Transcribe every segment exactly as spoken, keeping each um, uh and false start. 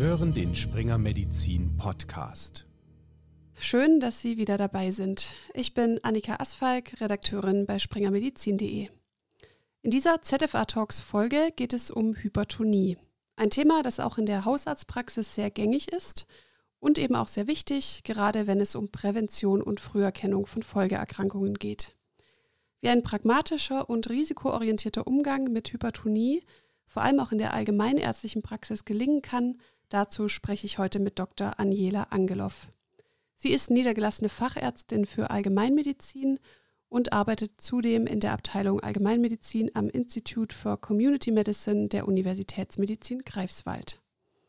hören den Springer Medizin Podcast. Schön, dass Sie wieder dabei sind. Ich bin Annika Asfalk, Redakteurin bei springer medizin punkt de. In dieser Z F A-Talks-Folge geht es um Hypertonie. Ein Thema, das auch in der Hausarztpraxis sehr gängig ist und eben auch sehr wichtig, gerade wenn es um Prävention und Früherkennung von Folgeerkrankungen geht. Wie ein pragmatischer und risikoorientierter Umgang mit Hypertonie vor allem auch in der allgemeinärztlichen Praxis gelingen kann, dazu spreche ich heute mit Doktor Aniela Angelov. Sie ist niedergelassene Fachärztin für Allgemeinmedizin und arbeitet zudem in der Abteilung Allgemeinmedizin am Institute for Community Medicine der Universitätsmedizin Greifswald.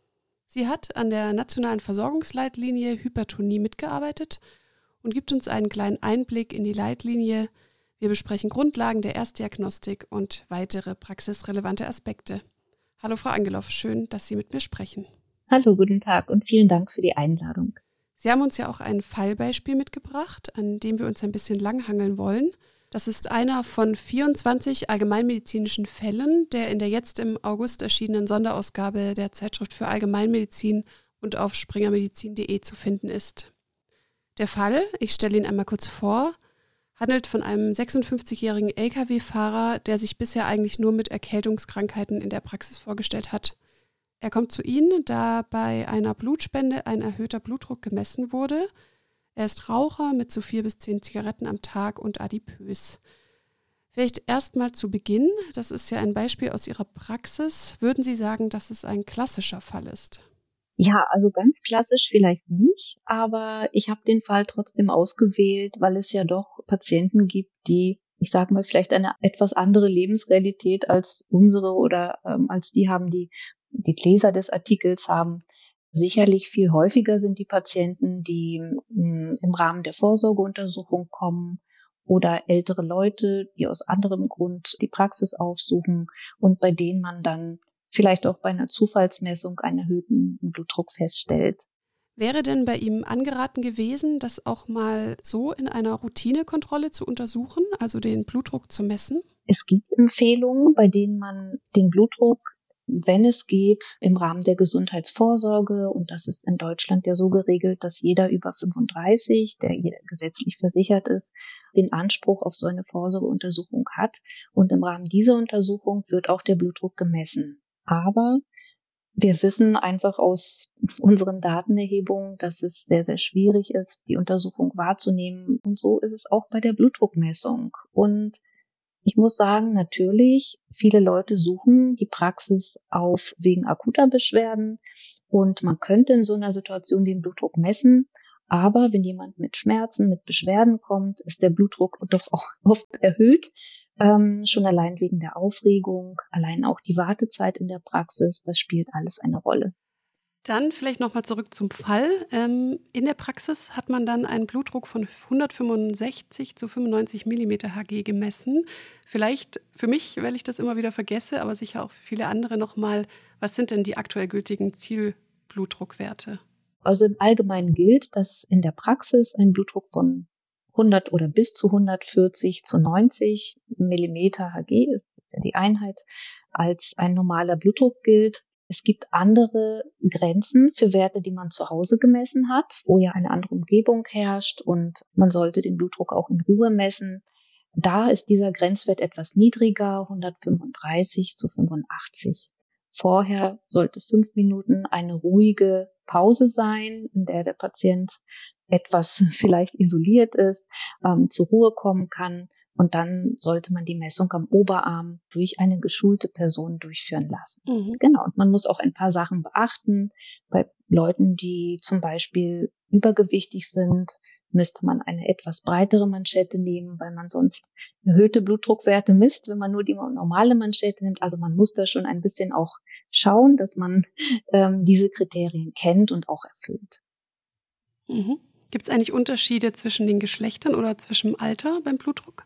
Sie hat an der nationalen Versorgungsleitlinie Hypertonie mitgearbeitet und gibt uns einen kleinen Einblick in die Leitlinie. Wir besprechen Grundlagen der Erstdiagnostik und weitere praxisrelevante Aspekte. Hallo Frau Angelov, schön, dass Sie mit mir sprechen. Hallo, guten Tag und vielen Dank für die Einladung. Sie haben uns ja auch ein Fallbeispiel mitgebracht, an dem wir uns ein bisschen langhangeln wollen. Das ist einer von vierundzwanzig allgemeinmedizinischen Fällen, der in der jetzt im August erschienenen Sonderausgabe der Zeitschrift für Allgemeinmedizin und auf springer medizin punkt de zu finden ist. Der Fall, ich stelle ihn einmal kurz vor, handelt von einem sechsundfünfzigjährigen L K W-Fahrer, der sich bisher eigentlich nur mit Erkältungskrankheiten in der Praxis vorgestellt hat. Er kommt zu Ihnen, da bei einer Blutspende ein erhöhter Blutdruck gemessen wurde. Er ist Raucher mit so vier bis zehn Zigaretten am Tag und adipös. Vielleicht erstmal zu Beginn, das ist ja ein Beispiel aus Ihrer Praxis. Würden Sie sagen, dass es ein klassischer Fall ist? Ja, also ganz klassisch vielleicht nicht, aber ich habe den Fall trotzdem ausgewählt, weil es ja doch Patienten gibt, die, ich sage mal, vielleicht eine etwas andere Lebensrealität als unsere oder ähm, als die haben, die die Leser des Artikels haben. Sicherlich viel häufiger sind die Patienten, die mh, im Rahmen der Vorsorgeuntersuchung kommen oder ältere Leute, die aus anderem Grund die Praxis aufsuchen und bei denen man dann vielleicht auch bei einer Zufallsmessung einen erhöhten Blutdruck feststellt. Wäre denn bei ihm angeraten gewesen, das auch mal so in einer Routinekontrolle zu untersuchen, also den Blutdruck zu messen? Es gibt Empfehlungen, bei denen man den Blutdruck, wenn es geht, im Rahmen der Gesundheitsvorsorge, und das ist in Deutschland ja so geregelt, dass jeder über fünfunddreißig, der gesetzlich versichert ist, den Anspruch auf so eine Vorsorgeuntersuchung hat. Und im Rahmen dieser Untersuchung wird auch der Blutdruck gemessen. Aber wir wissen einfach aus unseren Datenerhebungen, dass es sehr, sehr schwierig ist, die Untersuchung wahrzunehmen. Und so ist es auch bei der Blutdruckmessung. Und ich muss sagen, natürlich, viele Leute suchen die Praxis auf wegen akuter Beschwerden. Und man könnte in so einer Situation den Blutdruck messen. Aber wenn jemand mit Schmerzen, mit Beschwerden kommt, ist der Blutdruck doch auch oft erhöht. Ähm, schon allein wegen der Aufregung, allein auch die Wartezeit in der Praxis, das spielt alles eine Rolle. Dann vielleicht nochmal zurück zum Fall. Ähm, in der Praxis hat man dann einen Blutdruck von hundertfünfundsechzig zu fünfundneunzig Millimeter Hg gemessen. Vielleicht für mich, weil ich das immer wieder vergesse, aber sicher auch für viele andere nochmal, was sind denn die aktuell gültigen Zielblutdruckwerte? Also im Allgemeinen gilt, dass in der Praxis ein Blutdruck von hundert oder bis zu hundertvierzig zu neunzig Millimeter Hg, das ist ja die Einheit, als ein normaler Blutdruck gilt. Es gibt andere Grenzen für Werte, die man zu Hause gemessen hat, wo ja eine andere Umgebung herrscht und man sollte den Blutdruck auch in Ruhe messen. Da ist dieser Grenzwert etwas niedriger, hundertfünfunddreißig zu fünfundachtzig. Vorher sollte fünf Minuten eine ruhige Pause sein, in der der Patient etwas vielleicht isoliert ist, ähm, zur Ruhe kommen kann. Und dann sollte man die Messung am Oberarm durch eine geschulte Person durchführen lassen. Mhm. Genau, und man muss auch ein paar Sachen beachten. Bei Leuten, die zum Beispiel übergewichtig sind, müsste man eine etwas breitere Manschette nehmen, weil man sonst erhöhte Blutdruckwerte misst, wenn man nur die normale Manschette nimmt. Also man muss da schon ein bisschen auch schauen, dass man ähm, diese Kriterien kennt und auch erfüllt. Mhm. Gibt es eigentlich Unterschiede zwischen den Geschlechtern oder zwischen dem Alter beim Blutdruck?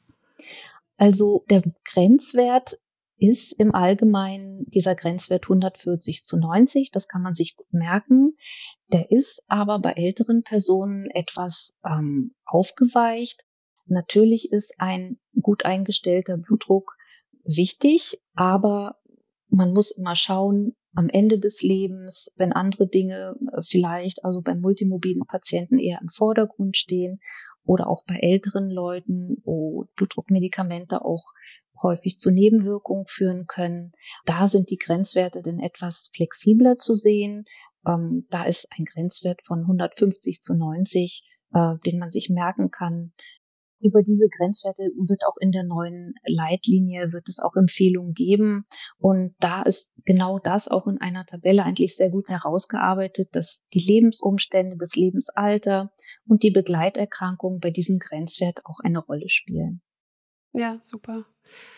Also der Grenzwert ist im Allgemeinen dieser Grenzwert hundertvierzig zu neunzig. Das kann man sich gut merken. Der ist aber bei älteren Personen etwas ähm, aufgeweicht. Natürlich ist ein gut eingestellter Blutdruck wichtig, aber man muss immer schauen, am Ende des Lebens, wenn andere Dinge vielleicht, also bei multimorbilen Patienten eher im Vordergrund stehen oder auch bei älteren Leuten, wo Blutdruckmedikamente auch häufig zu Nebenwirkungen führen können. Da sind die Grenzwerte dann etwas flexibler zu sehen. Ähm, da ist ein Grenzwert von hundertfünfzig zu neunzig, äh, den man sich merken kann. Über diese Grenzwerte wird auch in der neuen Leitlinie, wird es auch Empfehlungen geben. Und da ist genau das auch in einer Tabelle eigentlich sehr gut herausgearbeitet, dass die Lebensumstände, das Lebensalter und die Begleiterkrankungen bei diesem Grenzwert auch eine Rolle spielen. Ja, super.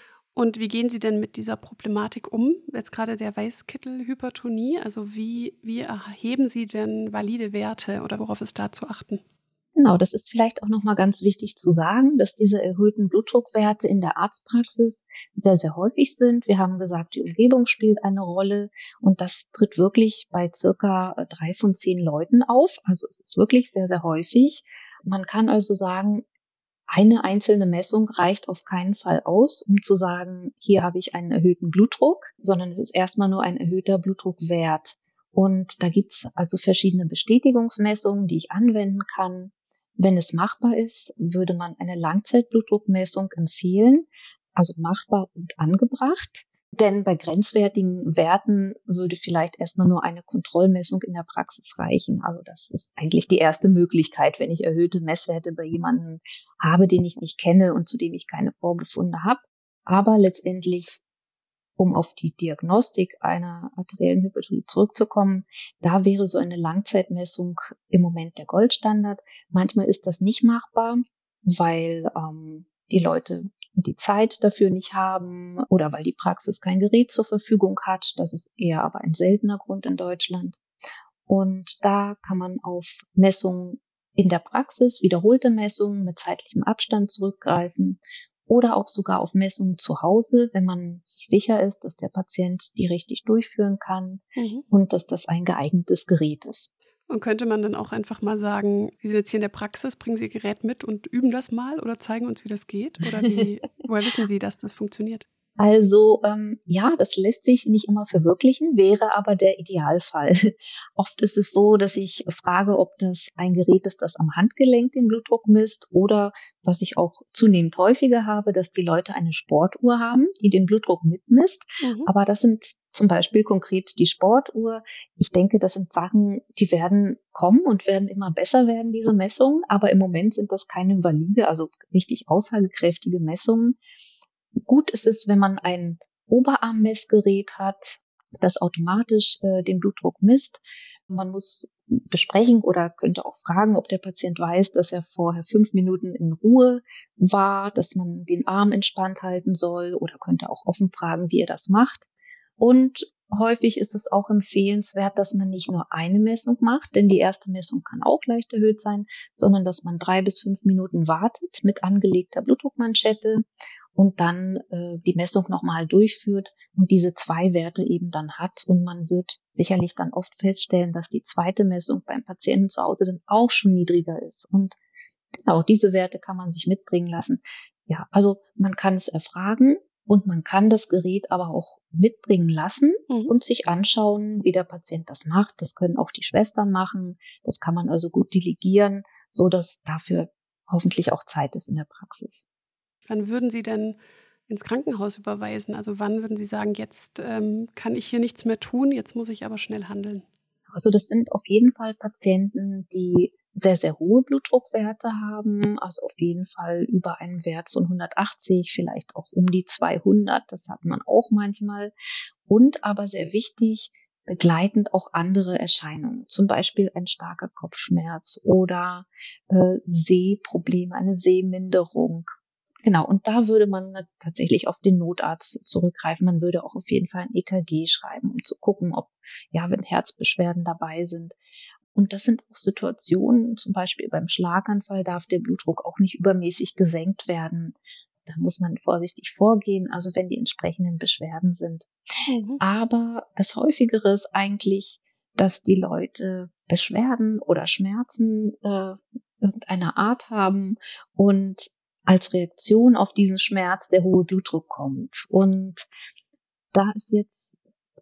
Und wie gehen Sie denn mit dieser Problematik um? Jetzt gerade der Weißkittelhypertonie. Also wie, wie erheben Sie denn valide Werte oder worauf ist da zu achten? Genau, das ist vielleicht auch nochmal ganz wichtig zu sagen, dass diese erhöhten Blutdruckwerte in der Arztpraxis sehr, sehr häufig sind. Wir haben gesagt, die Umgebung spielt eine Rolle und das tritt wirklich bei circa drei von zehn Leuten auf. Also es ist wirklich sehr, sehr häufig. Man kann also sagen, eine einzelne Messung reicht auf keinen Fall aus, um zu sagen, hier habe ich einen erhöhten Blutdruck, sondern es ist erstmal nur ein erhöhter Blutdruckwert. Und da gibt es also verschiedene Bestätigungsmessungen, die ich anwenden kann. Wenn es machbar ist, würde man eine Langzeitblutdruckmessung empfehlen, also machbar und angebracht. Denn bei grenzwertigen Werten würde vielleicht erstmal nur eine Kontrollmessung in der Praxis reichen. Also das ist eigentlich die erste Möglichkeit, wenn ich erhöhte Messwerte bei jemandem habe, den ich nicht kenne und zu dem ich keine Vorbefunde habe. Aber letztendlich, um auf die Diagnostik einer arteriellen Hypertonie zurückzukommen, da wäre so eine Langzeitmessung im Moment der Goldstandard. Manchmal ist das nicht machbar, weil ähm, die Leute die Zeit dafür nicht haben oder weil die Praxis kein Gerät zur Verfügung hat. Das ist eher aber ein seltener Grund in Deutschland. Und da kann man auf Messungen in der Praxis, wiederholte Messungen mit zeitlichem Abstand zurückgreifen oder auch sogar auf Messungen zu Hause, wenn man sich sicher ist, dass der Patient die richtig durchführen kann mhm. und dass das ein geeignetes Gerät ist. Und könnte man dann auch einfach mal sagen, Sie sind jetzt hier in der Praxis, bringen Sie Ihr Gerät mit und üben das mal oder zeigen uns, wie das geht? Oder wie, woher wissen Sie, dass das funktioniert? Also ähm, ja, das lässt sich nicht immer verwirklichen, wäre aber der Idealfall. Oft ist es so, dass ich frage, ob das ein Gerät ist, das am Handgelenk den Blutdruck misst oder was ich auch zunehmend häufiger habe, dass die Leute eine Sportuhr haben, die den Blutdruck mitmisst. Mhm. Aber das sind zum Beispiel konkret die Sportuhr. Ich denke, das sind Sachen, die werden kommen und werden immer besser werden, diese Messungen. Aber im Moment sind das keine valide, also richtig aussagekräftige Messungen. Gut ist es, wenn man ein Oberarmmessgerät hat, das automatisch äh, den Blutdruck misst. Man muss besprechen oder könnte auch fragen, ob der Patient weiß, dass er vorher fünf Minuten in Ruhe war, dass man den Arm entspannt halten soll oder könnte auch offen fragen, wie er das macht. Und häufig ist es auch empfehlenswert, dass man nicht nur eine Messung macht, denn die erste Messung kann auch leicht erhöht sein, sondern dass man drei bis fünf Minuten wartet mit angelegter Blutdruckmanschette und dann äh, die Messung nochmal durchführt und diese zwei Werte eben dann hat. Und man wird sicherlich dann oft feststellen, dass die zweite Messung beim Patienten zu Hause dann auch schon niedriger ist. Und genau diese Werte kann man sich mitbringen lassen. Ja, also man kann es erfragen. Und man kann das Gerät aber auch mitbringen lassen mhm. und sich anschauen, wie der Patient das macht. Das können auch die Schwestern machen. Das kann man also gut delegieren, so dass dafür hoffentlich auch Zeit ist in der Praxis. Wann würden Sie denn ins Krankenhaus überweisen? Also wann würden Sie sagen, jetzt ähm, kann ich hier nichts mehr tun, jetzt muss ich aber schnell handeln? Also das sind auf jeden Fall Patienten, die sehr, sehr hohe Blutdruckwerte haben, also auf jeden Fall über einen Wert von hundertachtzig, vielleicht auch um die zweihundert, das hat man auch manchmal. Und aber sehr wichtig, begleitend auch andere Erscheinungen, zum Beispiel ein starker Kopfschmerz oder äh, Sehprobleme, eine Sehminderung. Genau, und da würde man tatsächlich auf den Notarzt zurückgreifen. Man würde auch auf jeden Fall ein E K G schreiben, um zu gucken, ob, ja, wenn Herzbeschwerden dabei sind. Und das sind auch Situationen, zum Beispiel beim Schlaganfall darf der Blutdruck auch nicht übermäßig gesenkt werden. Da muss man vorsichtig vorgehen, also wenn die entsprechenden Beschwerden sind. Mhm. Aber das Häufigere ist eigentlich, dass die Leute Beschwerden oder Schmerzen äh, irgendeiner Art haben und als Reaktion auf diesen Schmerz der hohe Blutdruck kommt. Und da ist jetzt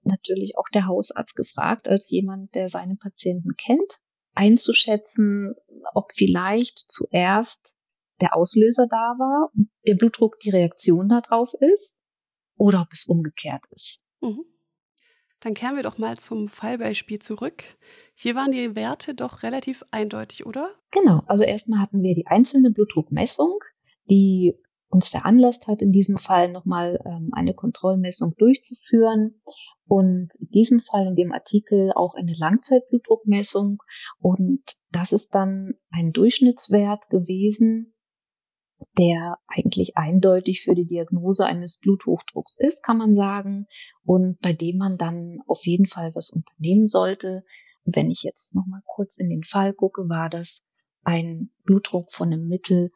natürlich auch der Hausarzt gefragt, als jemand, der seine Patienten kennt, einzuschätzen, ob vielleicht zuerst der Auslöser da war und der Blutdruck die Reaktion darauf ist oder ob es umgekehrt ist. Mhm. Dann kehren wir doch mal zum Fallbeispiel zurück. Hier waren die Werte doch relativ eindeutig, oder? Genau, also erstmal hatten wir die einzelne Blutdruckmessung, die uns veranlasst hat, in diesem Fall nochmal ähm, eine Kontrollmessung durchzuführen und in diesem Fall in dem Artikel auch eine Langzeitblutdruckmessung, und das ist dann ein Durchschnittswert gewesen, der eigentlich eindeutig für die Diagnose eines Bluthochdrucks ist, kann man sagen, und bei dem man dann auf jeden Fall was unternehmen sollte. Und wenn ich jetzt nochmal kurz in den Fall gucke, war das ein Blutdruck von einem Mittel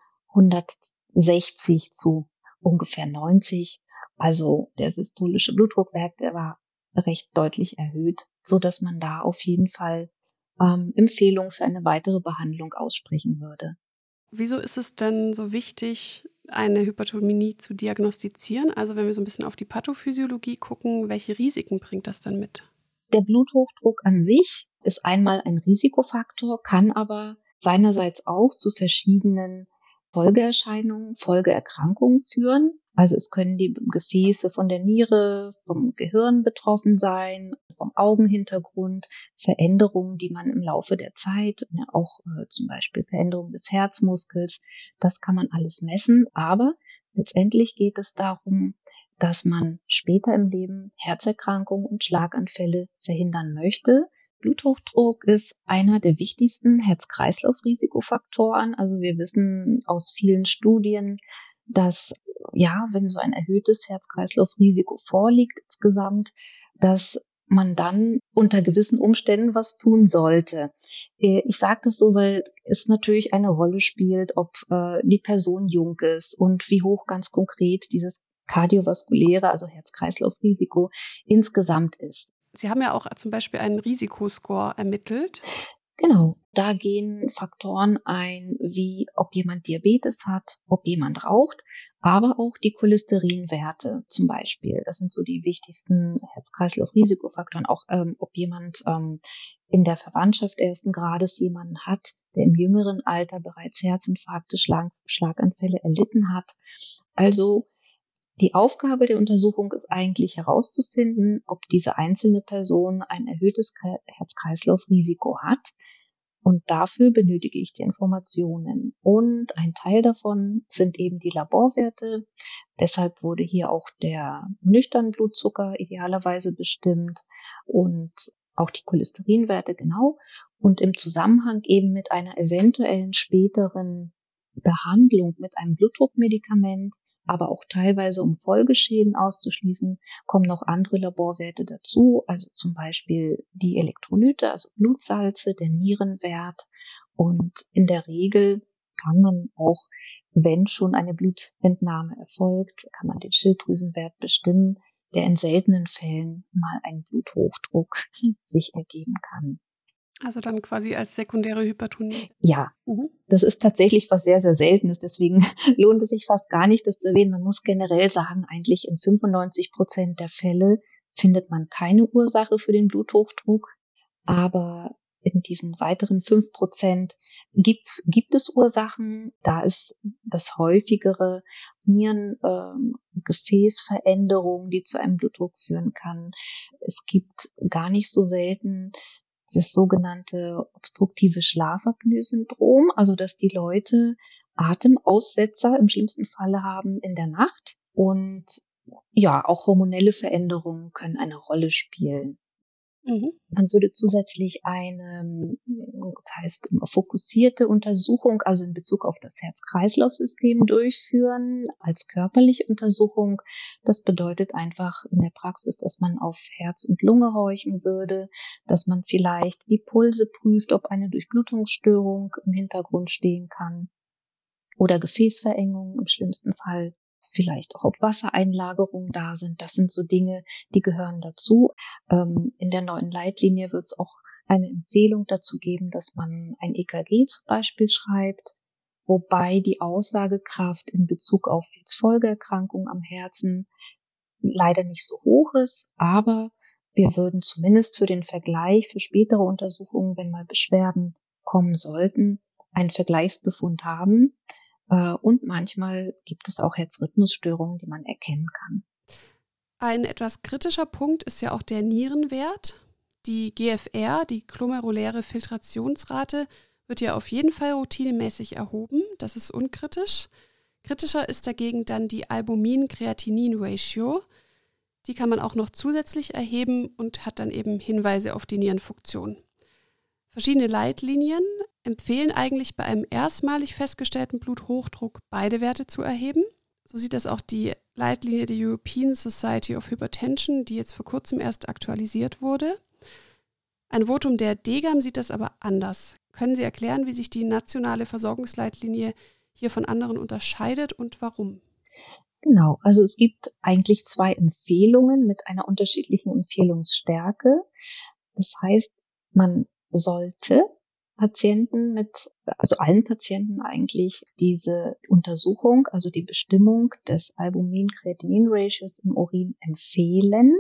hundertsechzig zu ungefähr neunzig. Also der systolische Blutdruckwert, der war recht deutlich erhöht, so dass man da auf jeden Fall ähm, Empfehlungen für eine weitere Behandlung aussprechen würde. Wieso ist es denn so wichtig, eine Hypertonie zu diagnostizieren? Also wenn wir so ein bisschen auf die Pathophysiologie gucken, welche Risiken bringt das dann mit? Der Bluthochdruck an sich ist einmal ein Risikofaktor, kann aber seinerseits auch zu verschiedenen Folgeerscheinungen, Folgeerkrankungen führen. Also es können die Gefäße von der Niere, vom Gehirn betroffen sein, vom Augenhintergrund, Veränderungen, die man im Laufe der Zeit, ja, auch äh, zum Beispiel Veränderungen des Herzmuskels, das kann man alles messen. Aber letztendlich geht es darum, dass man später im Leben Herzerkrankungen und Schlaganfälle verhindern möchte. Bluthochdruck ist einer der wichtigsten Herz-Kreislauf-Risikofaktoren. Also wir wissen aus vielen Studien, dass, ja, wenn so ein erhöhtes Herz-Kreislauf-Risiko vorliegt insgesamt, dass man dann unter gewissen Umständen was tun sollte. Ich sage das so, weil es natürlich eine Rolle spielt, ob äh, die Person jung ist und wie hoch ganz konkret dieses kardiovaskuläre, also Herz-Kreislauf-Risiko insgesamt ist. Sie haben ja auch zum Beispiel einen Risikoscore ermittelt. Genau, da gehen Faktoren ein, wie ob jemand Diabetes hat, ob jemand raucht, aber auch die Cholesterinwerte zum Beispiel. Das sind so die wichtigsten Herz-Kreislauf-Risikofaktoren. Auch ähm, ob jemand ähm, in der Verwandtschaft ersten Grades jemanden hat, der im jüngeren Alter bereits Herzinfarkte, Schlag- Schlaganfälle erlitten hat. Also die Aufgabe der Untersuchung ist eigentlich herauszufinden, ob diese einzelne Person ein erhöhtes Herz-Kreislauf-Risiko hat. Und dafür benötige ich die Informationen. Und ein Teil davon sind eben die Laborwerte. Deshalb wurde hier auch der nüchterne Blutzucker idealerweise bestimmt und auch die Cholesterinwerte genau. Und im Zusammenhang eben mit einer eventuellen späteren Behandlung mit einem Blutdruckmedikament, aber auch teilweise, um Folgeschäden auszuschließen, kommen noch andere Laborwerte dazu, also zum Beispiel die Elektrolyte, also Blutsalze, der Nierenwert. Und in der Regel kann man auch, wenn schon eine Blutentnahme erfolgt, kann man den Schilddrüsenwert bestimmen, der in seltenen Fällen mal einen Bluthochdruck sich ergeben kann. Also dann quasi als sekundäre Hypertonie. Ja, Mhm. das ist tatsächlich was sehr, sehr Seltenes. Deswegen lohnt es sich fast gar nicht, das zu erwähnen. Man muss generell sagen, eigentlich in fünfundneunzig Prozent der Fälle findet man keine Ursache für den Bluthochdruck. Aber in diesen weiteren fünf Prozent gibt's, gibt es Ursachen. Da ist das häufigere Nierengefäßveränderungen, ähm, die zu einem Blutdruck führen kann. Es gibt gar nicht so selten das sogenannte obstruktive Schlafapnoe-Syndrom, also dass die Leute Atemaussetzer im schlimmsten Falle haben in der Nacht, und ja, auch hormonelle Veränderungen können eine Rolle spielen. Mhm. Man würde zusätzlich eine, das heißt, fokussierte Untersuchung, also in Bezug auf das Herz-Kreislauf-System durchführen, als körperliche Untersuchung. Das bedeutet einfach in der Praxis, dass man auf Herz und Lunge horchen würde, dass man vielleicht die Pulse prüft, ob eine Durchblutungsstörung im Hintergrund stehen kann oder Gefäßverengungen im schlimmsten Fall. Vielleicht auch, ob Wassereinlagerungen da sind. Das sind so Dinge, die gehören dazu. Ähm, in der neuen Leitlinie wird es auch eine Empfehlung dazu geben, dass man ein E K G zum Beispiel schreibt, wobei die Aussagekraft in Bezug auf jetzt Folgeerkrankungen am Herzen leider nicht so hoch ist, aber wir würden zumindest für den Vergleich, für spätere Untersuchungen, wenn mal Beschwerden kommen sollten, einen Vergleichsbefund haben. Und manchmal gibt es auch Herzrhythmusstörungen, die man erkennen kann. Ein etwas kritischer Punkt ist ja auch der Nierenwert. Die G F R, die glomeruläre Filtrationsrate, wird ja auf jeden Fall routinemäßig erhoben. Das ist unkritisch. Kritischer ist dagegen dann die Albumin-Kreatinin-Ratio. Die kann man auch noch zusätzlich erheben und hat dann eben Hinweise auf die Nierenfunktion. Verschiedene Leitlinien empfehlen eigentlich bei einem erstmalig festgestellten Bluthochdruck beide Werte zu erheben. So sieht das auch die Leitlinie der European Society of Hypertension, die jetzt vor kurzem erst aktualisiert wurde. Ein Votum der D G A M sieht das aber anders. Können Sie erklären, wie sich die nationale Versorgungsleitlinie hier von anderen unterscheidet und warum? Genau, also es gibt eigentlich zwei Empfehlungen mit einer unterschiedlichen Empfehlungsstärke. Das heißt, man sollte Patienten mit, also allen Patienten eigentlich diese Untersuchung, also die Bestimmung des Albumin-Kreatinin-Ratios im Urin empfehlen.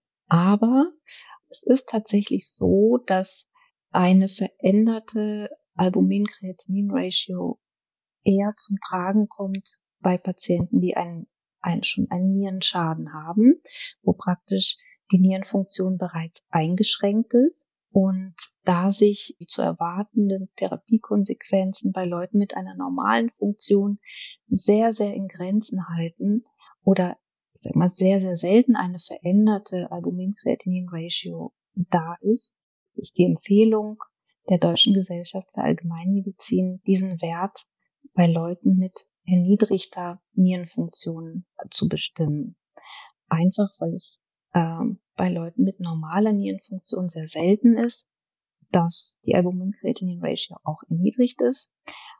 Aber es ist tatsächlich so, dass eine veränderte Albumin-Kreatinin-Ratio eher zum Tragen kommt bei Patienten, die einen, einen, schon einen Nierenschaden haben, wo praktisch die Nierenfunktion bereits eingeschränkt ist. Und da sich die zu erwartenden Therapiekonsequenzen bei Leuten mit einer normalen Funktion sehr, sehr in Grenzen halten oder ich sag mal sehr, sehr selten eine veränderte Albumin-Kreatinin-Ratio da ist, ist die Empfehlung der Deutschen Gesellschaft für Allgemeinmedizin, diesen Wert bei Leuten mit erniedrigter Nierenfunktion zu bestimmen. Einfach, weil es ähm, bei Leuten mit normaler Nierenfunktion sehr selten ist, dass die Albumin-Kreatinin-Ratio auch erniedrigt ist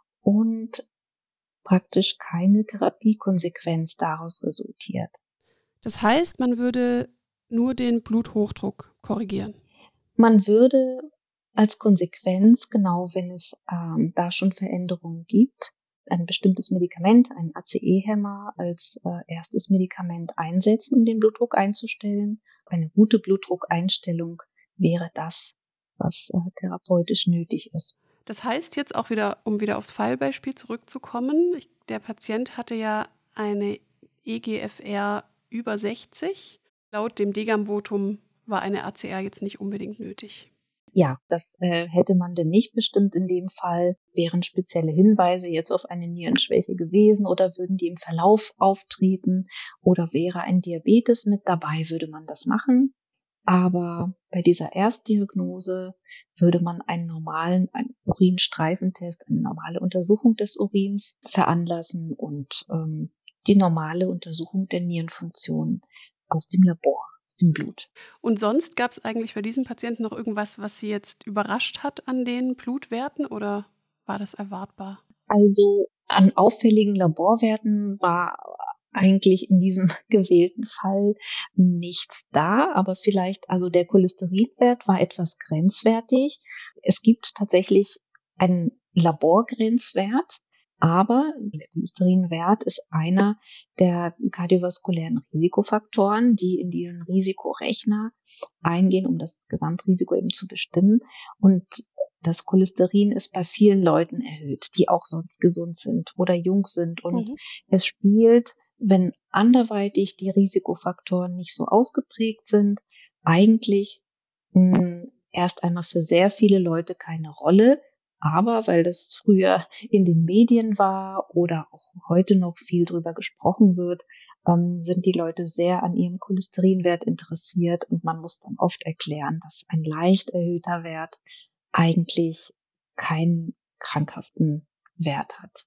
und praktisch keine Therapiekonsequenz daraus resultiert. Das heißt, man würde nur den Bluthochdruck korrigieren? Man würde als Konsequenz, genau wenn es ähm, da schon Veränderungen gibt, ein bestimmtes Medikament, einen A C E-Hämmer als äh, erstes Medikament einsetzen, um den Blutdruck einzustellen. Eine gute Blutdruckeinstellung wäre das, was äh, therapeutisch nötig ist. Das heißt jetzt auch wieder, um wieder aufs Fallbeispiel zurückzukommen, ich, der Patient hatte ja eine E G F R über sechzig. Laut dem D G A M-Votum war eine A C R jetzt nicht unbedingt nötig. Ja, das äh, hätte man denn nicht bestimmt in dem Fall. Wären spezielle Hinweise jetzt auf eine Nierenschwäche gewesen oder würden die im Verlauf auftreten oder wäre ein Diabetes mit dabei, würde man das machen. Aber bei dieser Erstdiagnose würde man einen normalen einen Urinstreifentest, eine normale Untersuchung des Urins veranlassen und ähm, die normale Untersuchung der Nierenfunktion aus dem Labor. Im Blut. Und sonst gab es eigentlich bei diesem Patienten noch irgendwas, was Sie jetzt überrascht hat an den Blutwerten oder war das erwartbar? Also an auffälligen Laborwerten war eigentlich in diesem gewählten Fall nichts da, aber vielleicht, also der Cholesterinwert war etwas grenzwertig. Es gibt tatsächlich einen Laborgrenzwert, aber der Cholesterinwert ist einer der kardiovaskulären Risikofaktoren, die in diesen Risikorechner eingehen, um das Gesamtrisiko eben zu bestimmen. Und das Cholesterin ist bei vielen Leuten erhöht, die auch sonst gesund sind oder jung sind. Und mhm. es spielt, wenn anderweitig die Risikofaktoren nicht so ausgeprägt sind, eigentlich mh, erst einmal für sehr viele Leute keine Rolle. Aber weil das früher in den Medien war oder auch heute noch viel drüber gesprochen wird, ähm, sind die Leute sehr an ihrem Cholesterinwert interessiert und man muss dann oft erklären, dass ein leicht erhöhter Wert eigentlich keinen krankhaften Wert hat.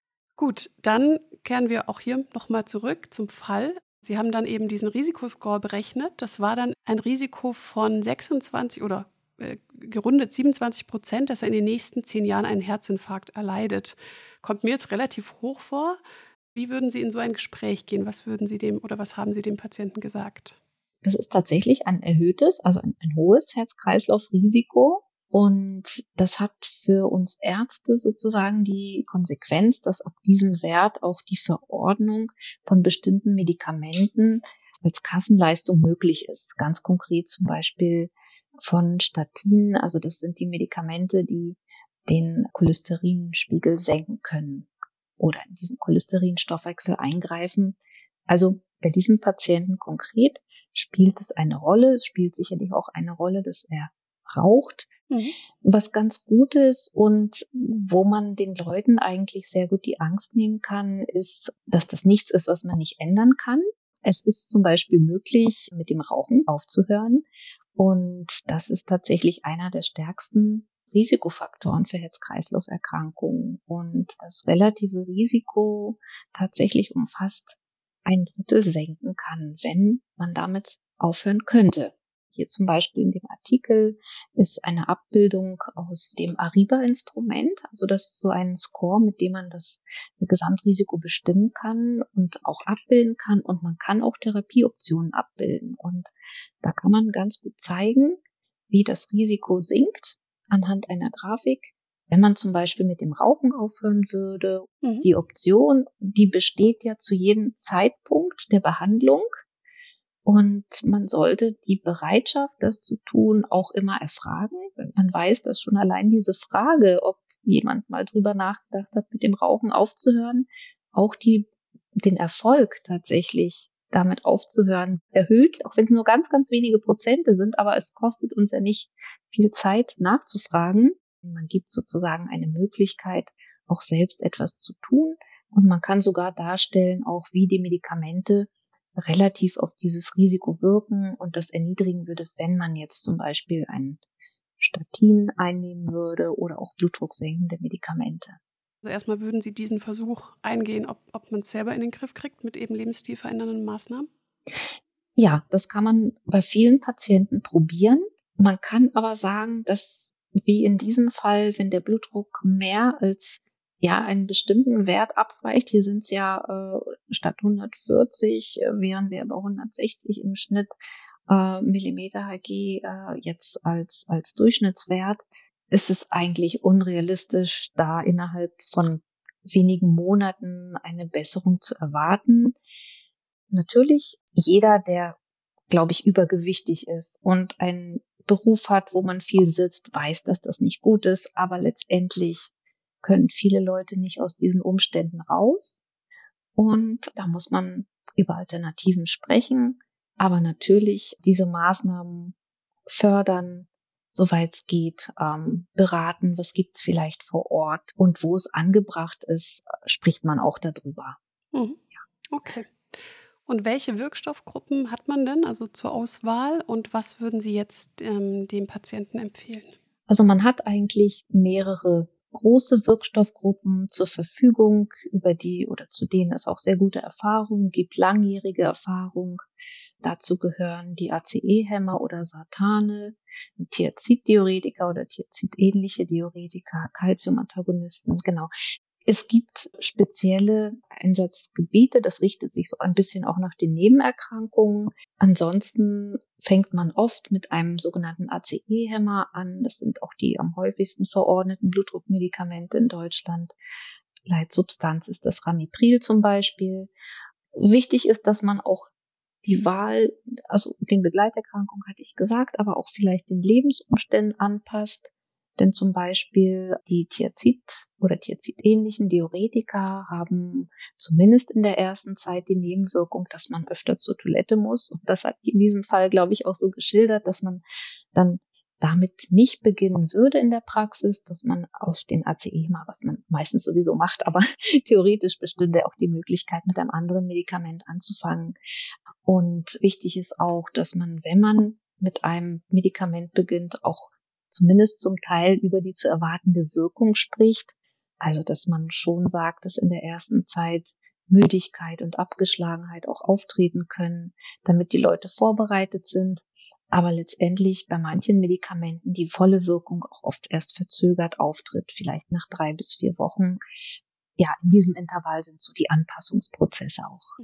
Gut, dann kehren wir auch hier nochmal zurück zum Fall. Sie haben dann eben diesen Risikoscore berechnet. Das war dann ein Risiko von sechsundzwanzig oder äh, gerundet siebenundzwanzig Prozent, dass er in den nächsten zehn Jahren einen Herzinfarkt erleidet. Kommt mir jetzt relativ hoch vor. Wie würden Sie in so ein Gespräch gehen? Was würden Sie dem oder was haben Sie dem Patienten gesagt? Das ist tatsächlich ein erhöhtes, also ein, ein hohes Herz-Kreislauf-Risiko. Und das hat für uns Ärzte sozusagen die Konsequenz, dass ab diesem Wert auch die Verordnung von bestimmten Medikamenten als Kassenleistung möglich ist. Ganz konkret zum Beispiel von Statinen, also das sind die Medikamente, die den Cholesterinspiegel senken können oder in diesen Cholesterinstoffwechsel eingreifen. Also bei diesem Patienten konkret spielt es eine Rolle. Es spielt sicherlich auch eine Rolle, dass er raucht, mhm. was ganz gut ist und wo man den Leuten eigentlich sehr gut die Angst nehmen kann, ist, dass das nichts ist, was man nicht ändern kann. Es ist zum Beispiel möglich, mit dem Rauchen aufzuhören und das ist tatsächlich einer der stärksten Risikofaktoren für Herz-Kreislauf-Erkrankungen und das relative Risiko tatsächlich um fast ein Drittel senken kann, wenn man damit aufhören könnte. Hier zum Beispiel in dem Artikel ist eine Abbildung aus dem Ariba-Instrument. Also das ist so ein Score, mit dem man das Gesamtrisiko bestimmen kann und auch abbilden kann. Und man kann auch Therapieoptionen abbilden. Und da kann man ganz gut zeigen, wie das Risiko sinkt anhand einer Grafik. Wenn man zum Beispiel mit dem Rauchen aufhören würde, mhm. die Option, die besteht ja zu jedem Zeitpunkt der Behandlung. Und man sollte die Bereitschaft, das zu tun, auch immer erfragen. Man weiß, dass schon allein diese Frage, ob jemand mal drüber nachgedacht hat, mit dem Rauchen aufzuhören, auch die, den Erfolg tatsächlich damit aufzuhören erhöht, auch wenn es nur ganz, ganz wenige Prozente sind, aber es kostet uns ja nicht viel Zeit nachzufragen. Man gibt sozusagen eine Möglichkeit, auch selbst etwas zu tun und man kann sogar darstellen, auch wie die Medikamente relativ auf dieses Risiko wirken und das erniedrigen würde, wenn man jetzt zum Beispiel ein Statin einnehmen würde oder auch blutdrucksenkende Medikamente. Also erstmal würden Sie diesen Versuch eingehen, ob, ob man es selber in den Griff kriegt mit eben lebensstilverändernden Maßnahmen? Ja, das kann man bei vielen Patienten probieren. Man kann aber sagen, dass wie in diesem Fall, wenn der Blutdruck mehr als ja einen bestimmten Wert abweicht, hier sind es ja äh, statt hundertvierzig, äh, wären wir bei hundertsechzig im Schnitt äh, Millimeter Hg äh, jetzt als als Durchschnittswert, ist es eigentlich unrealistisch, da innerhalb von wenigen Monaten eine Besserung zu erwarten. Natürlich, jeder, der, glaube ich, übergewichtig ist und einen Beruf hat, wo man viel sitzt, weiß, dass das nicht gut ist, aber letztendlich können viele Leute nicht aus diesen Umständen raus. Und da muss man über Alternativen sprechen, aber natürlich diese Maßnahmen fördern, soweit es geht, ähm, beraten, was gibt's vielleicht vor Ort und wo es angebracht ist, spricht man auch darüber. Mhm. Okay. Und welche Wirkstoffgruppen hat man denn also zur Auswahl und was würden Sie jetzt ähm, dem Patienten empfehlen? Also man hat eigentlich mehrere große Wirkstoffgruppen zur Verfügung, über die oder zu denen es auch sehr gute Erfahrungen gibt, langjährige Erfahrung. Dazu gehören die A C E-Hämmer oder Sartane, Thiazid-Diuretika oder Thiazid-ähnliche Diuretika, Calcium-Antagonisten, genau. Es gibt spezielle Einsatzgebiete, das richtet sich so ein bisschen auch nach den Nebenerkrankungen. Ansonsten fängt man oft mit einem sogenannten A C E-Hämmer an. Das sind auch die am häufigsten verordneten Blutdruckmedikamente in Deutschland. Leitsubstanz ist das Ramipril zum Beispiel. Wichtig ist, dass man auch die Wahl, also den Begleiterkrankungen hatte ich gesagt, aber auch vielleicht den Lebensumständen anpasst. Denn zum Beispiel die Thiazid- oder Thiazid-ähnlichen Diuretika haben zumindest in der ersten Zeit die Nebenwirkung, dass man öfter zur Toilette muss. Und das hat in diesem Fall, glaube ich, auch so geschildert, dass man dann damit nicht beginnen würde in der Praxis, dass man aus den A C E-Hämmer, was man meistens sowieso macht, aber theoretisch bestünde auch die Möglichkeit, mit einem anderen Medikament anzufangen. Und wichtig ist auch, dass man, wenn man mit einem Medikament beginnt, auch zumindest zum Teil über die zu erwartende Wirkung spricht. Also, dass man schon sagt, dass in der ersten Zeit Müdigkeit und Abgeschlagenheit auch auftreten können, damit die Leute vorbereitet sind. Aber letztendlich bei manchen Medikamenten die volle Wirkung auch oft erst verzögert auftritt, vielleicht nach drei bis vier Wochen. Ja, in diesem Intervall sind so die Anpassungsprozesse auch.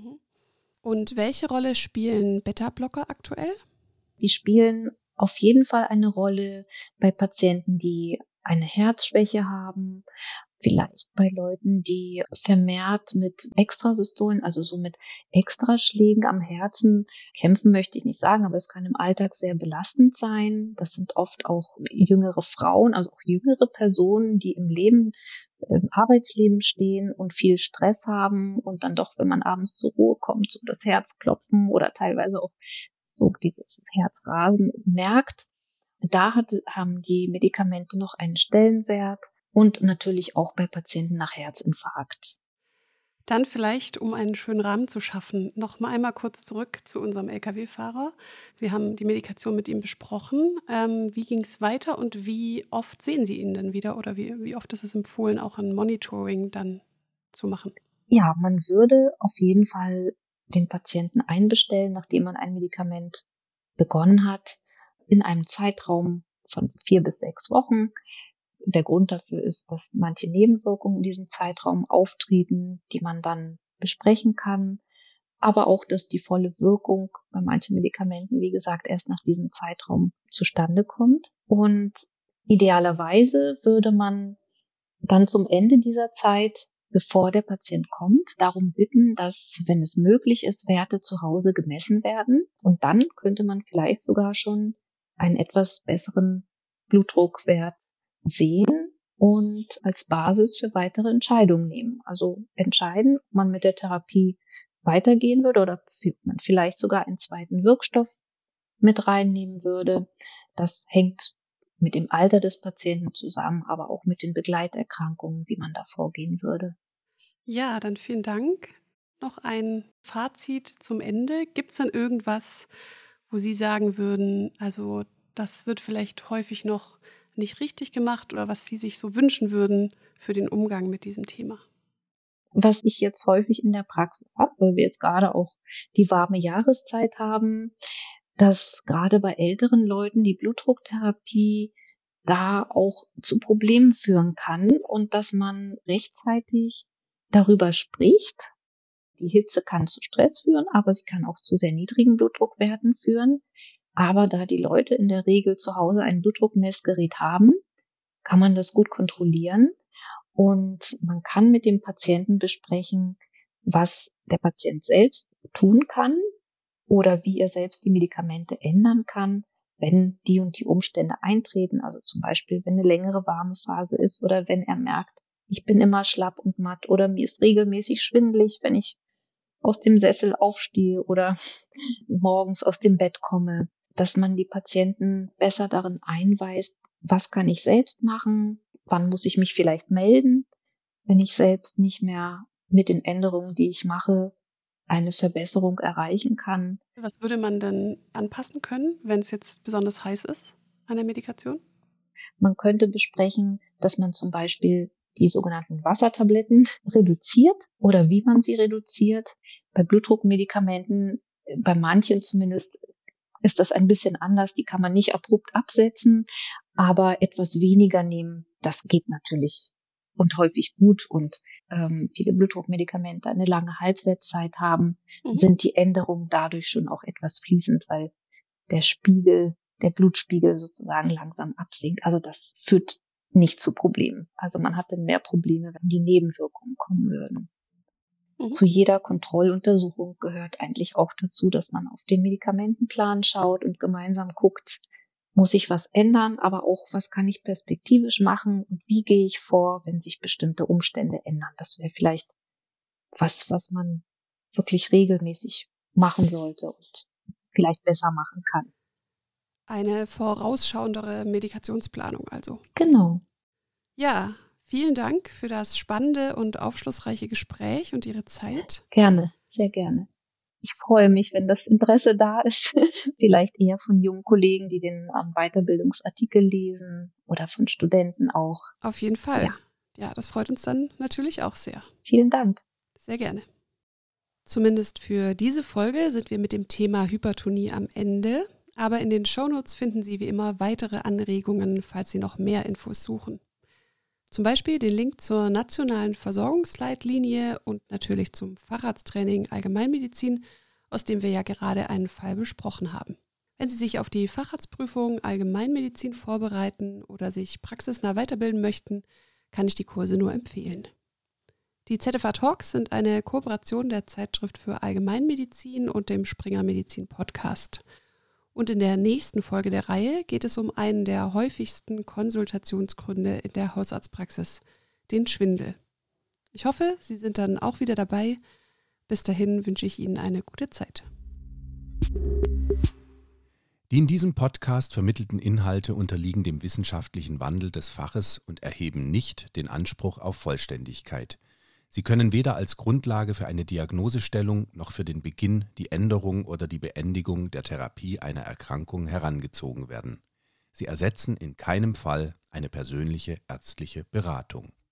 Und welche Rolle spielen Beta-Blocker aktuell? Die spielen auf jeden Fall eine Rolle bei Patienten, die eine Herzschwäche haben. Vielleicht bei Leuten, die vermehrt mit Extrasystolen, also so mit Extraschlägen am Herzen kämpfen, möchte ich nicht sagen, aber es kann im Alltag sehr belastend sein. Das sind oft auch jüngere Frauen, also auch jüngere Personen, die im Leben, im Arbeitsleben stehen und viel Stress haben und dann doch, wenn man abends zur Ruhe kommt, so das Herzklopfen oder teilweise auch so dieses Herzrasen merkt. Da hat, haben die Medikamente noch einen Stellenwert. Und natürlich auch bei Patienten nach Herzinfarkt. Dann vielleicht, um einen schönen Rahmen zu schaffen, noch mal einmal kurz zurück zu unserem L K W-Fahrer. Sie haben die Medikation mit ihm besprochen. Ähm, wie ging es weiter und wie oft sehen Sie ihn denn wieder oder wie, wie oft ist es empfohlen, auch ein Monitoring dann zu machen? Ja, man würde auf jeden Fall den Patienten einbestellen, nachdem man ein Medikament begonnen hat, in einem Zeitraum von vier bis sechs Wochen. Der Grund dafür ist, dass manche Nebenwirkungen in diesem Zeitraum auftreten, die man dann besprechen kann. Aber auch, dass die volle Wirkung bei manchen Medikamenten, wie gesagt, erst nach diesem Zeitraum zustande kommt. Und idealerweise würde man dann zum Ende dieser Zeit, bevor der Patient kommt, darum bitten, dass, wenn es möglich ist, Werte zu Hause gemessen werden. Und dann könnte man vielleicht sogar schon einen etwas besseren Blutdruckwert sehen und als Basis für weitere Entscheidungen nehmen. Also entscheiden, ob man mit der Therapie weitergehen würde oder man vielleicht sogar einen zweiten Wirkstoff mit reinnehmen würde. Das hängt mit dem Alter des Patienten zusammen, aber auch mit den Begleiterkrankungen, wie man da vorgehen würde. Ja, dann vielen Dank. Noch ein Fazit zum Ende. Gibt es dann irgendwas, wo Sie sagen würden, also das wird vielleicht häufig noch nicht richtig gemacht oder was Sie sich so wünschen würden für den Umgang mit diesem Thema? Was ich jetzt häufig in der Praxis habe, weil wir jetzt gerade auch die warme Jahreszeit haben, dass gerade bei älteren Leuten die Blutdrucktherapie da auch zu Problemen führen kann und dass man rechtzeitig darüber spricht. Die Hitze kann zu Stress führen, aber sie kann auch zu sehr niedrigen Blutdruckwerten führen. Aber da die Leute in der Regel zu Hause ein Blutdruckmessgerät haben, kann man das gut kontrollieren und man kann mit dem Patienten besprechen, was der Patient selbst tun kann oder wie er selbst die Medikamente ändern kann, wenn die und die Umstände eintreten. Also zum Beispiel, wenn eine längere warme Phase ist oder wenn er merkt, ich bin immer schlapp und matt oder mir ist regelmäßig schwindelig, wenn ich aus dem Sessel aufstehe oder morgens aus dem Bett komme, dass man die Patienten besser darin einweist, was kann ich selbst machen, wann muss ich mich vielleicht melden, wenn ich selbst nicht mehr mit den Änderungen, die ich mache, eine Verbesserung erreichen kann. Was würde man denn anpassen können, wenn es jetzt besonders heiß ist an der Medikation? Man könnte besprechen, dass man zum Beispiel die sogenannten Wassertabletten reduziert oder wie man sie reduziert. Bei Blutdruckmedikamenten, bei manchen zumindest, ist das ein bisschen anders. Die kann man nicht abrupt absetzen, aber etwas weniger nehmen, das geht natürlich und häufig gut. Und ähm, viele Blutdruckmedikamente eine lange Halbwertszeit haben, mhm. sind die Änderungen dadurch schon auch etwas fließend, weil der Spiegel, der Blutspiegel sozusagen langsam absinkt. Also das führt nicht zu Problemen. Also man hat dann mehr Probleme, wenn die Nebenwirkungen kommen würden. Mhm. Zu jeder Kontrolluntersuchung gehört eigentlich auch dazu, dass man auf den Medikamentenplan schaut und gemeinsam guckt, muss ich was ändern, aber auch, was kann ich perspektivisch machen und wie gehe ich vor, wenn sich bestimmte Umstände ändern. Das wäre vielleicht was, was man wirklich regelmäßig machen sollte und vielleicht besser machen kann. Eine vorausschauendere Medikationsplanung also. Genau. Ja, vielen Dank für das spannende und aufschlussreiche Gespräch und Ihre Zeit. Gerne, sehr gerne. Ich freue mich, wenn das Interesse da ist, vielleicht eher von jungen Kollegen, die den um, Weiterbildungsartikel lesen oder von Studenten auch. Auf jeden Fall. Ja. ja, das freut uns dann natürlich auch sehr. Vielen Dank. Sehr gerne. Zumindest für diese Folge sind wir mit dem Thema Hypertonie am Ende. Aber in den Shownotes finden Sie wie immer weitere Anregungen, falls Sie noch mehr Infos suchen. Zum Beispiel den Link zur nationalen Versorgungsleitlinie und natürlich zum Facharzttraining Allgemeinmedizin, aus dem wir ja gerade einen Fall besprochen haben. Wenn Sie sich auf die Facharztprüfung Allgemeinmedizin vorbereiten oder sich praxisnah weiterbilden möchten, kann ich die Kurse nur empfehlen. Die Z F A Talks sind eine Kooperation der Zeitschrift für Allgemeinmedizin und dem Springer Medizin Podcast. Und in der nächsten Folge der Reihe geht es um einen der häufigsten Konsultationsgründe in der Hausarztpraxis, den Schwindel. Ich hoffe, Sie sind dann auch wieder dabei. Bis dahin wünsche ich Ihnen eine gute Zeit. Die in diesem Podcast vermittelten Inhalte unterliegen dem wissenschaftlichen Wandel des Faches und erheben nicht den Anspruch auf Vollständigkeit. Sie können weder als Grundlage für eine Diagnosestellung noch für den Beginn, die Änderung oder die Beendigung der Therapie einer Erkrankung herangezogen werden. Sie ersetzen in keinem Fall eine persönliche ärztliche Beratung.